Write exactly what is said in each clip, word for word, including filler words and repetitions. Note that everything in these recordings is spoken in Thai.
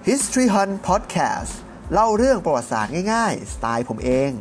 History Hunt Podcast เล่าเรื่องประวัติศาสตร์ง่ายๆสไตล์ผมเอง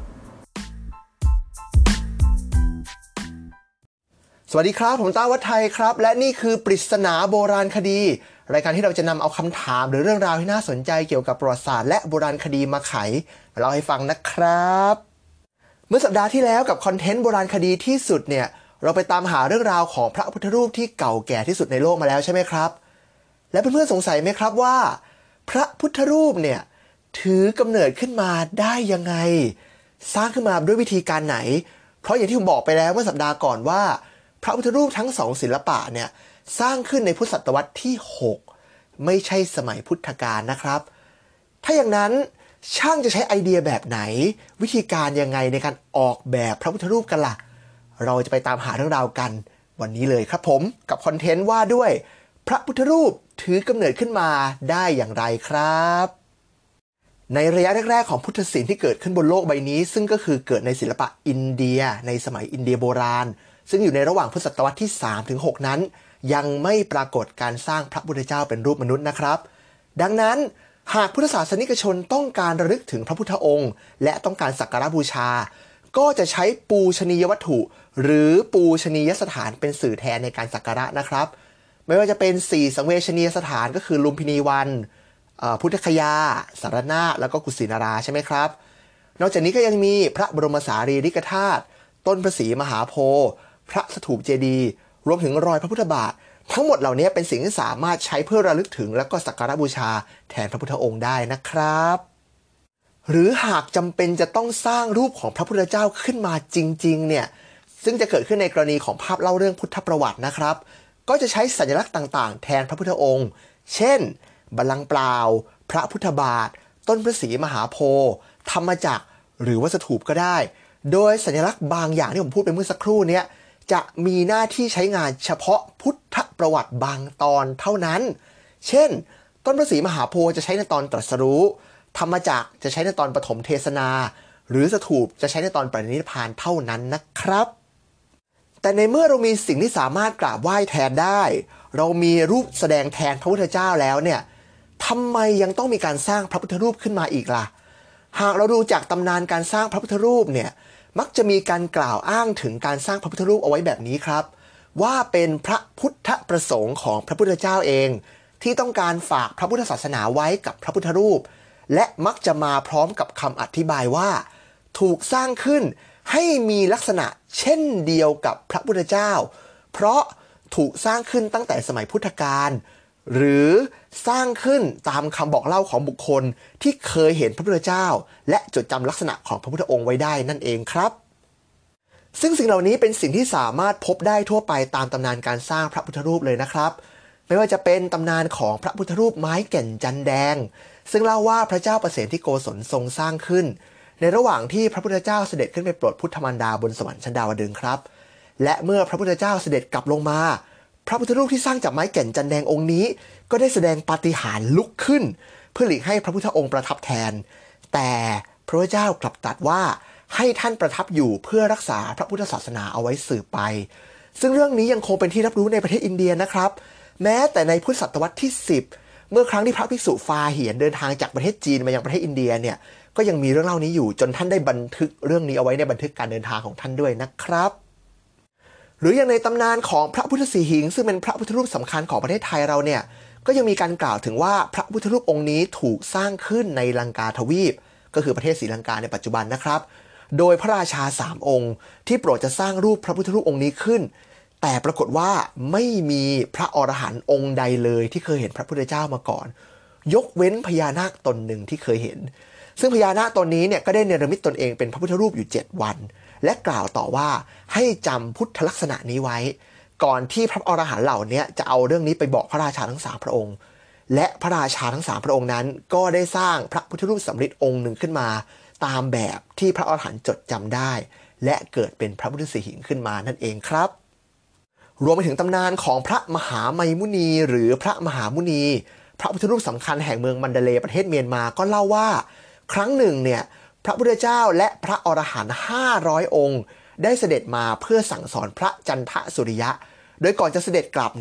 สวัสดีครับผมต้าวัฒน์ไทยครับและนี่คือปริศนาโบราณคดีรายการที่เราจะนำเอาคำถามหรือเรื่องราวที่น่าสนใจเกี่ยวกับประวัติศาสตร์และโบราณคดีมาไขมาเล่าให้ฟังนะครับเมื่อสัปดาห์ที่แล้วกับคอนเทนต์โบราณคดีที่สุดเนี่ยเราไปตามหาเรื่องราวของพระพุทธรูปที่เก่าแก่ที่สุดในโลกมาแล้วใช่ไหมครับและเพื่อนๆสงสัยไหมครับว่าพระพุทธรูปเนี่ยถือกำเนิดขึ้นมาได้ยังไงสร้างขึ้นมาด้วยวิธีการไหนเพราะอย่างที่ผมบอกไปแล้วเมื่อสัปดาห์ก่อนว่าพระพุทธรูปทั้งสองศิลปะเนี่ยสร้างขึ้นในพุทธศตวรรษที่หกไม่ใช่สมัยพุทธกาลนะครับถ้าอย่างนั้นช่างจะใช้ไอเดียแบบไหนวิธีการยังไงในการออกแบบพระพุทธรูปกันล่ะเราจะไปตามหาเรื่องราวกันวันนี้เลยครับผมกับคอนเทนต์ว่าด้วยพระพุทธรูปถือกำเนิดขึ้นมาได้อย่างไรครับในระยะแรกๆของพุทธศิลป์ที่เกิดขึ้นบนโลกใบนี้ซึ่งก็คือเกิดในศิลปะอินเดียในสมัยอินเดียโบราณซึ่งอยู่ในระหว่างพุทธศตวรรษที่ สามถึงหก นั้นยังไม่ปรากฏการสร้างพระพุทธเจ้าเป็นรูปมนุษย์นะครับดังนั้นหากพุทธศาสนิกชนต้องการระลึกถึงพระพุทธองค์และต้องการสักการะบูชาก็จะใช้ปูชนียวัตถุหรือปูชนียสถานเป็นสื่อแทนในการสักการะนะครับไม่ว่าจะเป็นสี่สังเวชนียสถานก็คือลุมพินีวันพุทธคยาสารนาถแล้วก็กุสินาราใช่ไหมครับนอกจากนี้ก็ยังมีพระบรมสารีริกธาตุต้นพระศรีมหาโพธิ์พระสถูปเจดีย์รวมถึงรอยพระพุทธบาททั้งหมดเหล่านี้เป็นสิ่งที่สามารถใช้เพื่อระลึกถึงและก็สักการะบูชาแทนพระพุทธองค์ได้นะครับหรือหากจำเป็นจะต้องสร้างรูปของพระพุทธเจ้าขึ้นมาจริงๆเนี่ยซึ่งจะเกิดขึ้นในกรณีของภาพเล่าเรื่องพุทธประวัตินะครับก็จะใช้สัญลักษณ์ต่างๆแทนพระพุทธองค์เช่นบัลลังก์เปล่าพระพุทธบาทต้นพระศรีมหาโพธิ์ธรรมจักรหรือว่าสถูปก็ได้โดยสัญลักษณ์บางอย่างที่ผมพูดไปเมื่อสักครู่นี้จะมีหน้าที่ใช้งานเฉพาะพุทธประวัติบางตอนเท่านั้นเช่นต้นพระศรีมหาโพธิ์จะใช้ในตอนตรัสรู้ธรรมจักรจะใช้ในตอนปฐมเทศนาหรือสถูปจะใช้ในตอนปรินิพพานเท่านั้นนะครับแต่ในเมื่อเรามีสิ่งที่สามารถกราบไหว้แทนได้เรามีรูปแสดงแทนพระพุทธเจ้าแล้วเนี่ยทำไมยังต้องมีการสร้างพระพุทธรูปขึ้นมาอีกล่ะหากเราดูจากตำนานการสร้างพระพุทธรูปเนี่ยมักจะมีการกล่าวอ้างถึงการสร้างพระพุทธรูปเอาไว้แบบนี้ครับว่าเป็นพระพุทธประสงค์ของพระพุทธเจ้าเองที่ต้องการฝากพระพุทธศาสนาไว้กับพระพุทธรูปและมักจะมาพร้อมกับคำอธิบายว่าถูกสร้างขึ้นให้มีลักษณะเช่นเดียวกับพระพุทธเจ้าเพราะถูกสร้างขึ้นตั้งแต่สมัยพุทธกาลหรือสร้างขึ้นตามคำบอกเล่าของบุคคลที่เคยเห็นพระพุทธเจ้าและจดจำลักษณะของพระพุทธองค์ไว้ได้นั่นเองครับซึ่งสิ่งเหล่านี้เป็นสิ่งที่สามารถพบได้ทั่วไปตามตำนานการสร้างพระพุทธรูปเลยนะครับไม่ว่าจะเป็นตำนานของพระพุทธรูปไม้แก่นจันแดงซึ่งเล่าว่าพระเจ้าประเสนที่โกศลทรงสร้างขึ้นในระหว่างที่พระพุทธเจ้าเสด็จขึ้นไปโปรดพุทธมารดาบนสวรรค์ชั้นดาวดึงส์ครับและเมื่อพระพุทธเจ้าเสด็จกลับลงมาพระพุทธรูปที่สร้างจากไม้แก่นจันแดงองค์นี้ก็ได้แสดงปาฏิหาริย์ลุกขึ้นเพื่อหลีกให้พระพุทธองค์ประทับแทนแต่พระพุทธเจ้ากลับตรัสว่าให้ท่านประทับอยู่เพื่อรักษาพระพุทธศาสนาเอาไว้สืบไปซึ่งเรื่องนี้ยังคงเป็นที่รับรู้ในประเทศอินเดียนะครับแม้แต่ในพุทธศตวรรษที่สิบเมื่อครั้งที่พระภิกษุฟาเหียนเดินทางจากประเทศจีนมายังประเทศอินเดียเนี่ยก็ยังมีเรื่องเล่านี้อยู่จนท่านได้บันทึกเรื่องนี้เอาไว้ในบันทึกการเดินทางของท่านด้วยนะครับหรืออย่างในตำนานของพระพุทธสีหิงซึ่งเป็นพระพุทธรูปสำคัญของประเทศไทยเราเนี่ยก็ยังมีการกล่าวถึงว่าพระพุทธรูปองค์นี้ถูกสร้างขึ้นในลังกาทวีปก็คือประเทศศรีลังกาในปัจจุบันนะครับโดยพระราชาสามองค์ที่โปรดจะสร้างรูปพระพุทธรูปองค์นี้ขึ้นแต่ปรากฏว่าไม่มีพระอรหันต์องค์ใดเลยที่เคยเห็นพระพุทธเจ้ามาก่อนยกเว้นพญานาคตนหนึ่งที่เคยเห็นซึ่งพญานาคตนนี้เนี่ยก็ได้เนรมิตตนเองเป็นพระพุทธรูปอยู่เจ็ดวันและกล่าวต่อว่าให้จำพุทธลักษณะนี้ไว้ก่อนที่พระอรหันต์เหล่านี้จะเอาเรื่องนี้ไปบอกพระราชาทั้งสามพระองค์และพระราชาทั้งสามพระองค์นั้นก็ได้สร้างพระพุทธรูปสำริดองค์หนึ่งขึ้นมาตามแบบที่พระอรหันต์จดจำได้และเกิดเป็นพระพุทธสีหิงขึ้นมานั่นเองครับรวมไปถึงตำนานของพระมหาไมมุนีหรือพระมหามุนีพระพุทธรูปสำคัญแห่งเมืองมันเดเลย์ประเทศเมียนมาก็เล่าว่าครั้งหนึ่งเนี่ยพระพุทธเจ้าและพระอรหันต์ห้าร้อยองค์ได้เสด็จมาเพื่อสั่งสอนพระจันทสุริยะโดยก่อนจะเสด็จกลับเนี่ย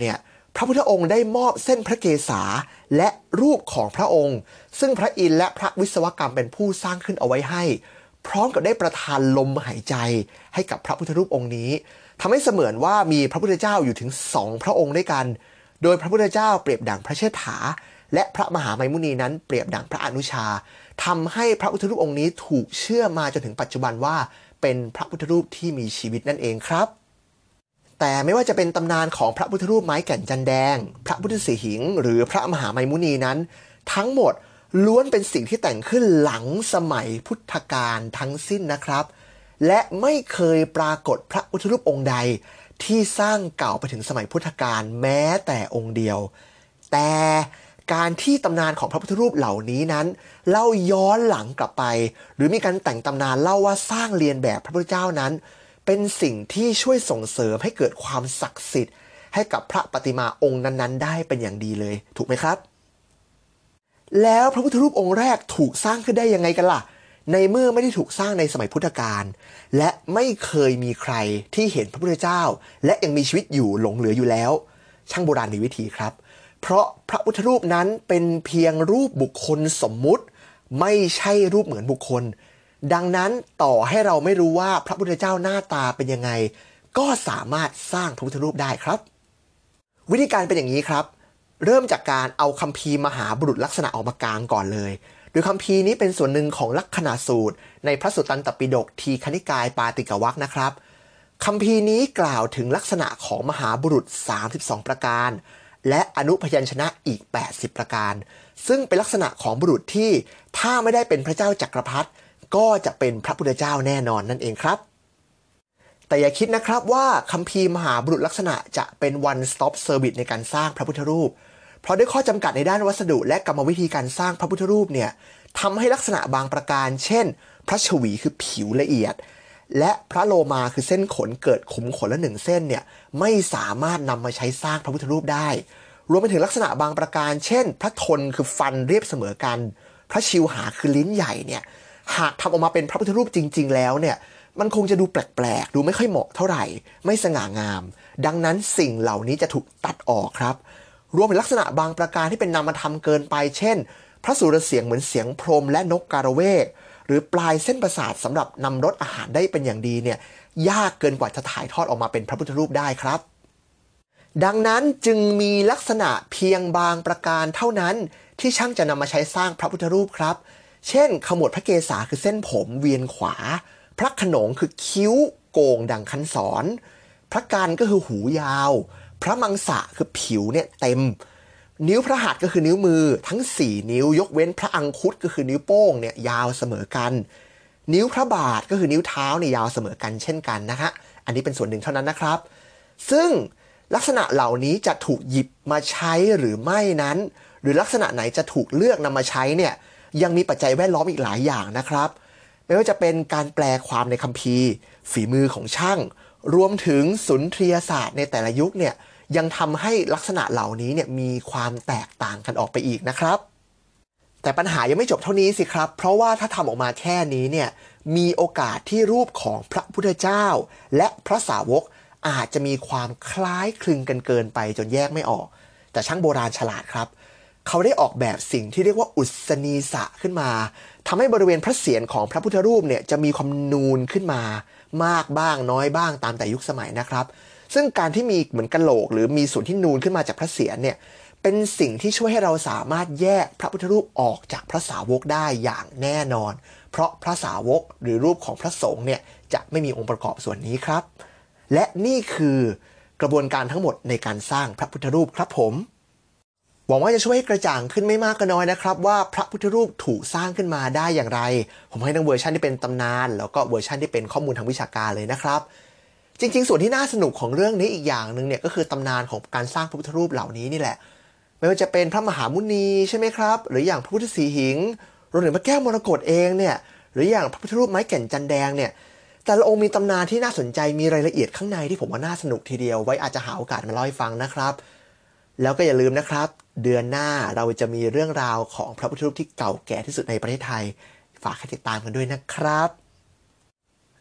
พระพุทธองค์ได้มอบเส้นพระเกศาและรูปของพระองค์ซึ่งพระอินทร์และพระวิศวกรรมเป็นผู้สร้างขึ้นเอาไว้ให้พร้อมกับได้ประทานลมหายใจให้กับพระพุทธรูปองค์นี้ทำให้เสมือนว่ามีพระพุทธเจ้าอยู่ถึงสองพระองค์ด้วยกันโดยพระพุทธเจ้าเปรียบดั่งพระเชษฐาและพระมหาไมมุนีนั้นเปรียบดั่งพระอนุชาทำให้พระพุทธรูปองค์นี้ถูกเชื่อมาจนถึงปัจจุบันว่าเป็นพระพุทธรูปที่มีชีวิตนั่นเองครับแต่ไม่ว่าจะเป็นตำนานของพระพุทธรูปไม้แก่นจันแดงพระพุทธสีหิงหรือพระมหาไมมุนีนั้นทั้งหมดล้วนเป็นสิ่งที่แต่งขึ้นหลังสมัยพุทธกาลทั้งสิ้นนะครับและไม่เคยปรากฏพระพุทธรูปองค์ใดที่สร้างเก่าไปถึงสมัยพุทธกาลแม้แต่องค์เดียวแต่การที่ตำนานของพระพุทธรูปเหล่านี้นั้นเล่าย้อนหลังกลับไปหรือมีการแต่งตำนานเล่าว่าสร้างเรียนแบบพระพุทธเจ้านั้นเป็นสิ่งที่ช่วยส่งเสริมให้เกิดความศักดิ์สิทธิ์ให้กับพระปฏิมาองค์นั้นๆได้เป็นอย่างดีเลยถูกไหมครับแล้วพระพุทธรูปองค์แรกถูกสร้างขึ้นได้ยังไงกันล่ะในเมื่อไม่ได้ถูกสร้างในสมัยพุทธกาลและไม่เคยมีใครที่เห็นพระพุทธเจ้าและยังมีชีวิตอยู่หลงเหลืออยู่แล้วช่างโบราณมีวิธีครับเพราะพระพุทธรูปนั้นเป็นเพียงรูปบุคคลสมมุติไม่ใช่รูปเหมือนบุคคลดังนั้นต่อให้เราไม่รู้ว่าพระพุทธเจ้าหน้าตาเป็นยังไงก็สามารถสร้างพระพุทธรูปได้ครับวิธีการเป็นอย่างนี้ครับเริ่มจากการเอาคัมภีร์มหาบุรุษลักษณะออกมากางก่อนเลยโดยคัมภีร์นี้เป็นส่วนหนึ่งของลักขณสูตรในพระสุตตันตปิฎกทีฆนิกายปาติกวรรคนะครับคัมภีร์นี้กล่าวถึงลักษณะของมหาบุรุษสามสิบสองประการและอนุพยัญชนะอีกแปดสิบประการซึ่งเป็นลักษณะของบุรุษที่ถ้าไม่ได้เป็นพระเจ้าจักรพรรดิก็จะเป็นพระพุทธเจ้าแน่นอนนั่นเองครับแต่อย่าคิดนะครับว่าคัมภีร์มหาบุรุษลักษณะจะเป็น one stop service ในการสร้างพระพุทธรูปเพราะด้วยข้อจำกัดในด้านวัสดุและกรรมวิธีการสร้างพระพุทธรูปเนี่ยทำให้ลักษณะบางประการเช่นพระฉวีคือผิวละเอียดและพระโลมาคือเส้นขนเกิดขุมขนละหนึ่งเส้นเนี่ยไม่สามารถนำมาใช้สร้างพระพุทธรูปได้รวมไปถึงลักษณะบางประการเช่นพระทนคือฟันเรียบเสมอกันพระชิวหาคือลิ้นใหญ่เนี่ยหากทำออกมาเป็นพระพุทธรูปจริงๆแล้วเนี่ยมันคงจะดูแปลกๆดูไม่ค่อยเหมาะเท่าไหร่ไม่สง่างามดังนั้นสิ่งเหล่านี้จะถูกตัดออกครับรวมถึงลักษณะบางประการที่เป็นนามธรรมเกินไปเช่นพระสุรเสียงเหมือนเสียงพรหมและนกกาละเวกหรือปลายเส้นประสาทสำหรับนำรสอาหารได้เป็นอย่างดีเนี่ยยากเกินกว่าจะถ่ายทอดออกมาเป็นพระพุทธรูปได้ครับดังนั้นจึงมีลักษณะเพียงบางประการเท่านั้นที่ช่างจะนำมาใช้สร้างพระพุทธรูปครับเช่นขมวดพระเกศาคือเส้นผมเวียนขวาพระโขนงคือคิ้วโก่งดังคันศรพระกันก็คือหูยาวพระมังสะคือผิวเนี่ยเต็มนิ้วพระหัตถ์ก็คือนิ้วมือทั้งสี่นิ้วยกเว้นพระอังคุตก็คือนิ้วโป้งเนี่ยยาวเสมอกันนิ้วพระบาทก็คือนิ้วเท้าเนี่ยยาวเสมอกันเช่นกันนะฮะอันนี้เป็นส่วนหนึ่งเท่านั้นนะครับซึ่งลักษณะเหล่านี้จะถูกหยิบมาใช้หรือไม่นั้นหรือลักษณะไหนจะถูกเลือกนำมาใช้เนี่ยยังมีปัจจัยแวดล้อมอีกหลายอย่างนะครับไม่ว่าจะเป็นการแปลความในคัมภีร์ฝีมือของช่างรวมถึงสุนทรียศาสตร์ในแต่ละยุคเนี่ยยังทำให้ลักษณะเหล่านี้เนี่ยมีความแตกต่างกันออกไปอีกนะครับแต่ปัญหายังไม่จบเท่านี้สิครับเพราะว่าถ้าทำออกมาแค่นี้เนี่ยมีโอกาสที่รูปของพระพุทธเจ้าและพระสาวกอาจจะมีความคล้ายคลึงกันเกินไปจนแยกไม่ออกแต่ช่างโบราณฉลาดครับเขาได้ออกแบบสิ่งที่เรียกว่าอุศนีสะขึ้นมาทำให้บริเวณพระเศียรของพระพุทธรูปเนี่ยจะมีความนูนขึ้นมามากบ้างน้อยบ้างตามแต่ยุคสมัยนะครับซึ่งการที่มีเหมือนกะโหลกหรือมีส่วนที่นูนขึ้นมาจากพระเศียรเนี่ยเป็นสิ่งที่ช่วยให้เราสามารถแยกพระพุทธรูปออกจากพระสาวกได้อย่างแน่นอนเพราะพระสาวกหรือรูปของพระสงฆ์เนี่ยจะไม่มีองค์ประกอบส่วนนี้ครับและนี่คือกระบวนการทั้งหมดในการสร้างพระพุทธรูปครับผมหวังว่าจะช่วยให้กระจ่างขึ้นไม่มากก็น้อยนะครับว่าพระพุทธรูปถูกสร้างขึ้นมาได้อย่างไรผมให้ทั้งเวอร์ชันที่เป็นตำนานแล้วก็เวอร์ชันที่เป็นข้อมูลทางวิชาการเลยนะครับจริงๆส่วนที่น่าสนุกของเรื่องนี้อีกอย่างหนึ่งเนี่ยก็คือตำนานของการสร้างพระพุทธรูปเหล่านี้นี่แหละไม่ว่าจะเป็นพระมหามุนีใช่ไหมครับหรืออย่างพระพุทธสีหิงรวมถึงพระแก้วมรกตเองเนี่ยหรืออย่างพระพุทธรูปไม้แก่นจันแดงเนี่ยแต่ละองค์มีตำนานที่น่าสนใจมีรายละเอียดข้างในที่ผมว่าน่าสนุกทีเดียวไว้อาจจะหาโอกาสมาเล่าให้ฟังนะครับแล้วก็อย่าลืมนะครับเดือนหน้าเราจะมีเรื่องราวของพระพุทธรูปที่เก่าแก่ที่สุดในประเทศไทยฝากให้ติดตามกันด้วยนะครับ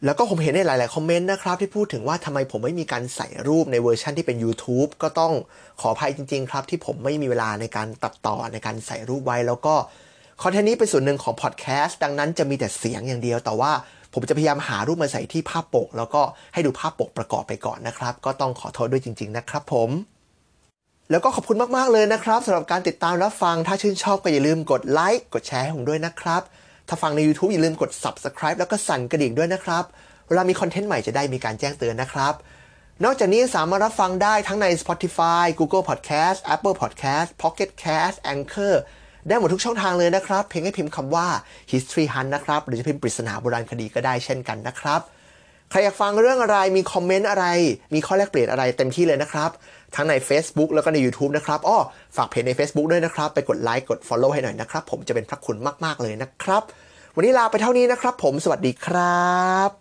แล้วก็ผมเห็นในหลายๆคอมเมนต์นะครับที่พูดถึงว่าทำไมผมไม่มีการใส่รูปในเวอร์ชันที่เป็น YouTube ก็ต้องขออภัยจริงๆครับที่ผมไม่มีเวลาในการตัดต่อในการใส่รูปไว้แล้วก็คอนเทนต์นี้เป็นส่วนหนึ่งของพอดแคสต์ดังนั้นจะมีแต่เสียงอย่างเดียวแต่ว่าผมจะพยายามหารูปมาใส่ที่ภาพปกแล้วก็ให้ดูภาพปกประกอบไปก่อนนะครับก็ต้องขอโทษด้วยจริงๆนะครับผมแล้วก็ขอบคุณมากๆเลยนะครับสำหรับการติดตามรับฟังถ้าชื่นชอบก็อย่าลืมกดไลค์กดแชร์ให้ผมด้วยนะครับถ้าฟังใน YouTube อย่าลืมกด Subscribe แล้วก็สั่นกระดิ่งด้วยนะครับเวลามีคอนเทนต์ใหม่จะได้มีการแจ้งเตือนนะครับนอกจากนี้สามารถรับฟังได้ทั้งใน Spotify Google Podcast Apple Podcast Pocket Cast Anchor ได้หมดทุกช่องทางเลยนะครับเพียงให้พิมพ์คำว่า History Hunt นะครับหรือจะพิมพ์ปริศนาโบราณคดีก็ได้เช่นกันนะครับใครอยากฟังเรื่องอะไรมีคอมเมนต์อะไรมีข้อแลกเปลี่ยนอะไรเต็มที่เลยนะครับทั้งใน Facebook แล้วก็ใน YouTube นะครับอ้อฝากเพจใน Facebook ด้วยนะครับไปกดไลค์กด Follow ให้หน่อยนะครับผมจะเป็นพระคุณมากๆเลยนะครับวันนี้ลาไปเท่านี้นะครับผมสวัสดีครับ